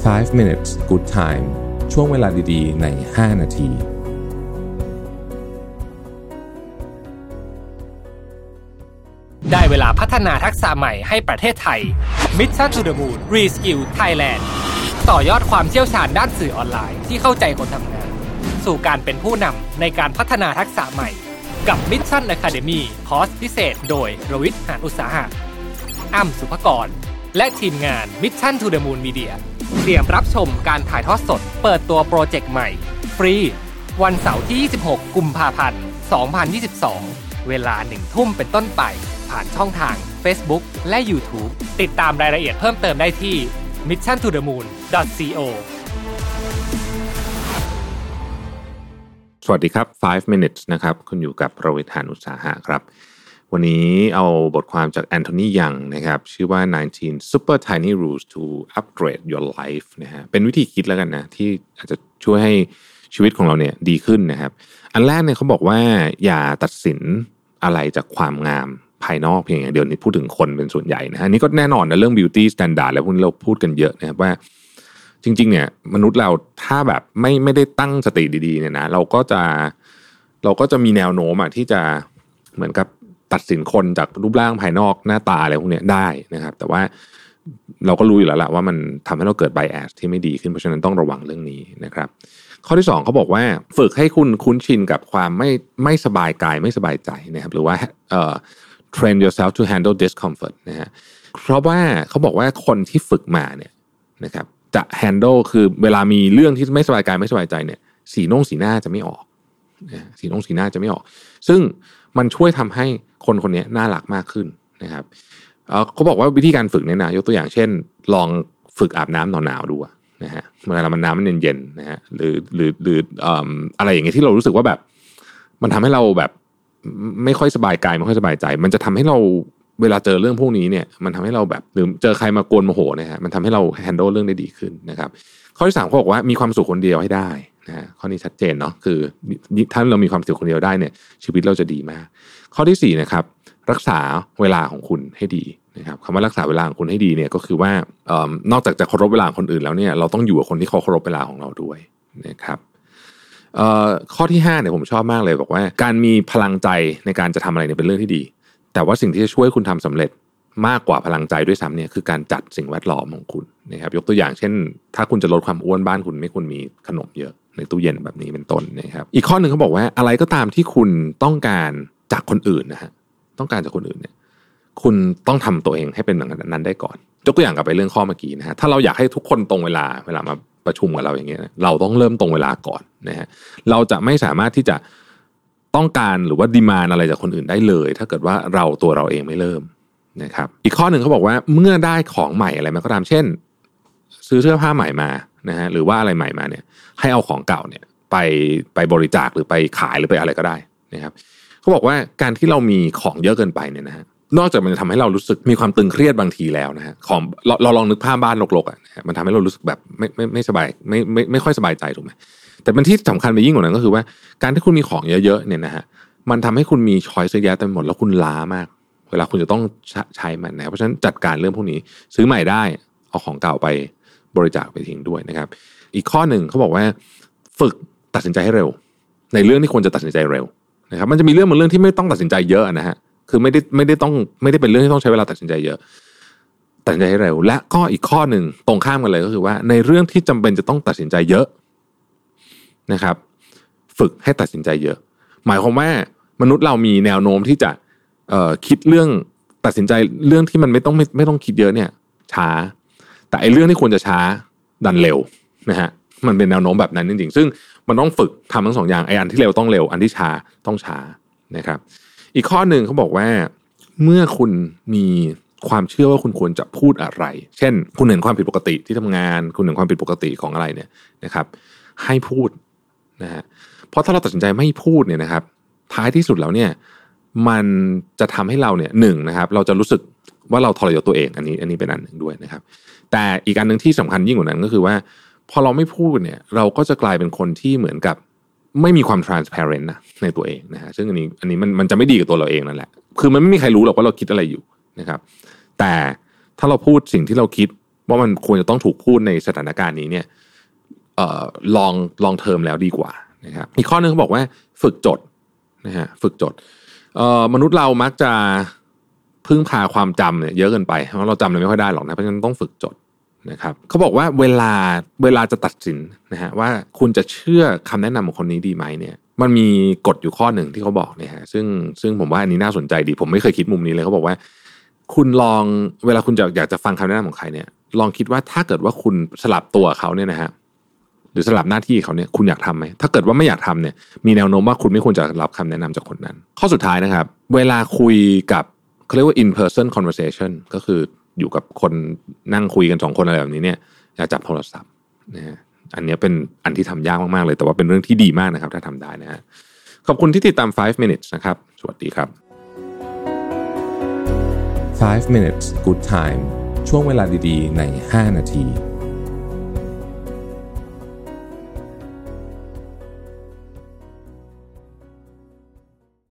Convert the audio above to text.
5 minutes good time ช่วงเวลาดีๆใน5นาทีได้เวลาพัฒนาทักษะใหม่ให้ประเทศไทย Mission to the Moon Reskill Thailand ต่อยอดความเชี่ยวชาญด้านสื่อออนไลน์ที่เข้าใจคนทำงานสู่การเป็นผู้นำในการพัฒนาทักษะใหม่กับ Mission Academy คอร์สพิเศษโดยรวิทย์ หานอุตสาหะอ้ำสุภกรและทีมงาน Mission to the Moon Media เตรียมรับชมการถ่ายทอดสดเปิดตัวโปรเจกต์ใหม่ฟรีวันเสาร์ที่26กุมภาพันธ์2022เวลา 1 ทุ่มเป็นต้นไปผ่านช่องทาง Facebook และ YouTube ติดตามรายละเอียดเพิ่มเติมได้ที่ missiontothemoon.co สวัสดีครับ5 minutes นะครับคุณอยู่กับรวิทย์ หานอุตสาหะครับวันนี้เอาบทความจากแอนโทนียังนะครับชื่อว่า19 super tiny rules to upgrade your life นะฮะเป็นวิธีคิดแล้วกันนะที่อาจจะช่วยให้ชีวิตของเราเนี่ยดีขึ้นนะครับอันแรกเนี่ยเขาบอกว่าอย่าตัดสินอะไรจากความงามภายนอกเพียงอย่างเดียวนี่พูดถึงคนเป็นส่วนใหญ่นะฮะนี่ก็แน่นอนนะเรื่อง beauty standard แล้วพวกนี้เราพูดกันเยอะนะครับว่าจริงๆเนี่ยมนุษย์เราถ้าแบบไม่ได้ตั้งสติดีๆเนี่ยนะเราก็จะมีแนวโน้มที่จะเหมือนกับตัดสินคนจากรูปร่างภายนอกหน้าตาอะไรพวกนี้ได้นะครับแต่ว่าเราก็รู้อยู่แล้วล่ะว่ามันทำให้เราเกิด bias ที่ไม่ดีขึ้นเพราะฉะนั้นต้องระวังเรื่องนี้นะครับข้อที่2เขาบอกว่าฝึกให้คุณคุ้นชินกับความไม่สบายกายไม่สบายใจนะครับหรือว่าtrain yourself to handle discomfort นะฮะเพราะว่าเขาบอกว่าคนที่ฝึกมาเนี่ยนะครับจะ handle คือเวลามีเรื่องที่ไม่สบายกายไม่สบายใจเนี่ยสีหน้าจะไม่ออกสีหน้าจะไม่ออกซึ่งมันช่วยทำให้คนคนนี้น่ารักมากขึ้นนะครับเขาบอกว่าวิธีการฝึกเนี่ยนะยกตัวอย่างเช่นลองฝึกอาบน้ำหนาวๆดูนะฮะเวลามันน้ำมันเย็นๆนะฮะหรืออะไรอย่างเงี้ยที่เรารู้สึกว่าแบบมันทำให้เราแบบไม่ค่อยสบายกายไม่ค่อยสบายใจมันจะทำให้เราเวลาเจอเรื่องพวกนี้เนี่ยมันทำให้เราแบบหรือเจอใครมากวนโมโหนะฮะมันทำให้เรา handle เรื่องได้ดีขึ้นนะครับข้อที่3เขาบอกว่ามีความสุขคนเดียวให้ได้นะฮะข้อนี้ชัดเจนเนาะคือถ้าเรามีความสุขคนเดียวได้เนี่ยชีวิตเราจะดีมากข้อที่4นะครับรักษาเวลาของคุณให้ดีนะครับคำว่ารักษาเวลาของคุณให้ดีเนี่ยก็คือว่านอกจากจะเคารพเวลาของคนอื่นแล้วเนี่ยเราต้องอยู่กับคนที่เขาเคารพเวลาของเราด้วยนะครับข้อที่5เนี่ยผมชอบมากเลยบอกว่าการมีพลังใจในการจะทำอะไรเนี่ยเป็นเรื่องที่ดีแต่ว่าสิ่งที่จะช่วยคุณทำสำเร็จมากกว่าพลังใจด้วยซ้ำเนี่ยคือการจัดสิ่งแวดล้อมของคุณนะครับยกตัวอย่างเช่นถ้าคุณจะลดความอ้วนบ้านคุณไม่ควรมีขนมเยอะในตู้เย็นแบบนี้เป็นต้นนะครับอีกข้อหนึ่งเขาบอกว่าอะไรก็ตามที่คุณต้องการจากคนอื่นนะฮะต้องการจากคนอื่นเนี่ยคุณต้องทำตัวเองให้เป็นแบบนั้นได้ก่อนยกตัวอย่างกลับไปเรื่องข้อเมื่อกี้นะฮะถ้าเราอยากให้ทุกคนตรงเวลามาประชุมกับเราอย่างเงี้ยเราต้องเริ่มตรงเวลาก่อนนะฮะเราจะไม่สามารถที่จะต้องการหรือว่าดีมานด์อะไรจากคนอื่นได้เลยถ้าเกิดว่าตัวเราเองไม่เริ่มนะครับอีกข้อหนึ่งเขาบอกว่าเมื่อได้ของใหม่อะไรมาก็ตามเช่นซื้อเสื้อผ้าใหม่มานะฮะหรือว่าอะไรใหม่มาเนี่ยให้เอาของเก่าเนี่ยไปบริจาคหรือไปขายหรือไปอะไรก็ได้นะครับเขาบอกว่าการที่เรามีของเยอะเกินไปเนี่ยนะฮะนอกจากมันจะทำให้เรารู้สึกมีความตึงเครียดบางทีแล้วนะฮะของเราลองนึกภาพบ้านรกๆมันทำให้เรารู้สึกแบบไม่สบายไม่ค่อยสบายใจถูกไหมแต่เป็นที่สำคัญไปยิ่งกว่านั้นก็คือว่าการที่คุณมีของเยอะๆเนี่ยนะฮะมันทำให้คุณมีช้อยส์เยอะแยะเต็มหมดแล้วคุณล้ามากเวลาคุณจะต้องใช้มันนะเพราะฉะนั้นจัดการเรื่องพวกนี้ซื้อใหม่ได้เอาของเก่าไปบริจาคไปทิ้งด้วยนะครับอีกข้อหนึ่งเขาบอกว่าฝึกตัดสินใจให้เร็วในเรื่องที่ควรจะตัดสินใจเร็วนะครับมันจะมีเรื่องบางเรื่องที่ไม่ต้องตัดสินใจเยอะนะฮะคือไม่ได้เป็นเรื่องที่ต้องใช้เวลาตัดสินใจเยอะตัดสินใจให้เร็วและก็อีกข้อหนึ่งตรงข้ามกันเลยก็คือว่าในเรื่องที่จำเป็นจะต้องตัดสินใจเยอะนะครับฝึกให้ตัดสินใจเยอะหมายความว่ามนุษย์เรามีแนวโน้มที่จะคิดเรื่องตัดสินใจเรื่องที่มันไม่ต้องคิดเยอะเนี่ยช้าแต่ไอ้เรื่องที่ควรจะช้าดันเร็วนะฮะมันเป็นแนวโน้มแบบนั้นจริงๆซึ่งมันต้องฝึกทำทั้งสองอย่างไอ้อันที่เร็วต้องเร็วอันที่ช้าต้องช้านะครับอีกข้อหนึ่งเขาบอกว่าเมื่อคุณมีความเชื่อว่าคุณควรจะพูดอะไรเช่นคุณเห็นความผิดปกติที่ทำงานคุณเห็นความผิดปกติของอะไรเนี่ยนะครับให้พูดนะฮะเพราะถ้าเราตัดสินใจไม่พูดเนี่ยนะครับท้ายที่สุดแล้วเนี่ยมันจะทำให้เราเนี่ยหนึ่งนะครับเราจะรู้สึกว่าเราทรยศตัวเองอันนี้เป็นอันหนึ่งด้วยนะครับแต่อีกอันนึงที่สำคัญยิ่งกว่านั้นก็คือว่าพอเราไม่พูดเนี่ยเราก็จะกลายเป็นคนที่เหมือนกับไม่มีความ transparent นะในตัวเองนะฮะซึ่งอันนี้มันจะไม่ดีกับตัวเราเองนั่นแหละคือมันไม่มีใครรู้หรอกว่าเราคิดอะไรอยู่นะครับแต่ถ้าเราพูดสิ่งที่เราคิดว่ามันควรจะต้องถูกพูดในสถานการณ์นี้เนี่ยลองเทอมแล้วดีกว่านะครับอีกข้อนึงเขาบอกว่าฝึกจดนะฮะฝึกจดมนุษย์เรามักจะพึ่งพาความจำเนี่ยเยอะเกินไปเพราะเราจำอะไรไม่ค่อยได้หรอกนะเพราะฉะนั้นต้องฝึกจดนะครับเขาบอกว่าเวลาจะตัดสินนะฮะว่าคุณจะเชื่อคำแนะนำของคนนี้ดีไหมเนี่ยมันมีกฎอยู่ข้อหนึ่งที่เขาบอกเนี่ยฮะซึ่งผมว่าอันนี้น่าสนใจดีผมไม่เคยคิดมุมนี้เลยเขาบอกว่าคุณลองเวลาคุณอยากจะฟังคำแนะนำของใครเนี่ยลองคิดว่าถ้าเกิดว่าคุณสลับตัวเขาเนี่ยนะฮะหรือสลับหน้าที่เขาเนี่ยคุณอยากทำไหมถ้าเกิดว่าไม่อยากทำเนี่ยมีแนวโน้มว่าคุณไม่ควรจะรับคำแนะนำจากคนนั้นข้อสุดท้ายนะครับเวลาคุยกับเขาเรียกว่า in person conversation ก็คืออยู่กับคนนั่งคุยกัน2คนอะไรแบบนี้เนี่ยอย่าจับโทรศัพท์นะฮะอันนี้เป็นอันที่ทำยากมากๆเลยแต่ว่าเป็นเรื่องที่ดีมากนะครับถ้าทำได้นะฮะขอบคุณที่ติดตาม5 minutes นะครับสวัสดีครับ 5 minutes good time ช่วงเวลาดีๆใน5นาที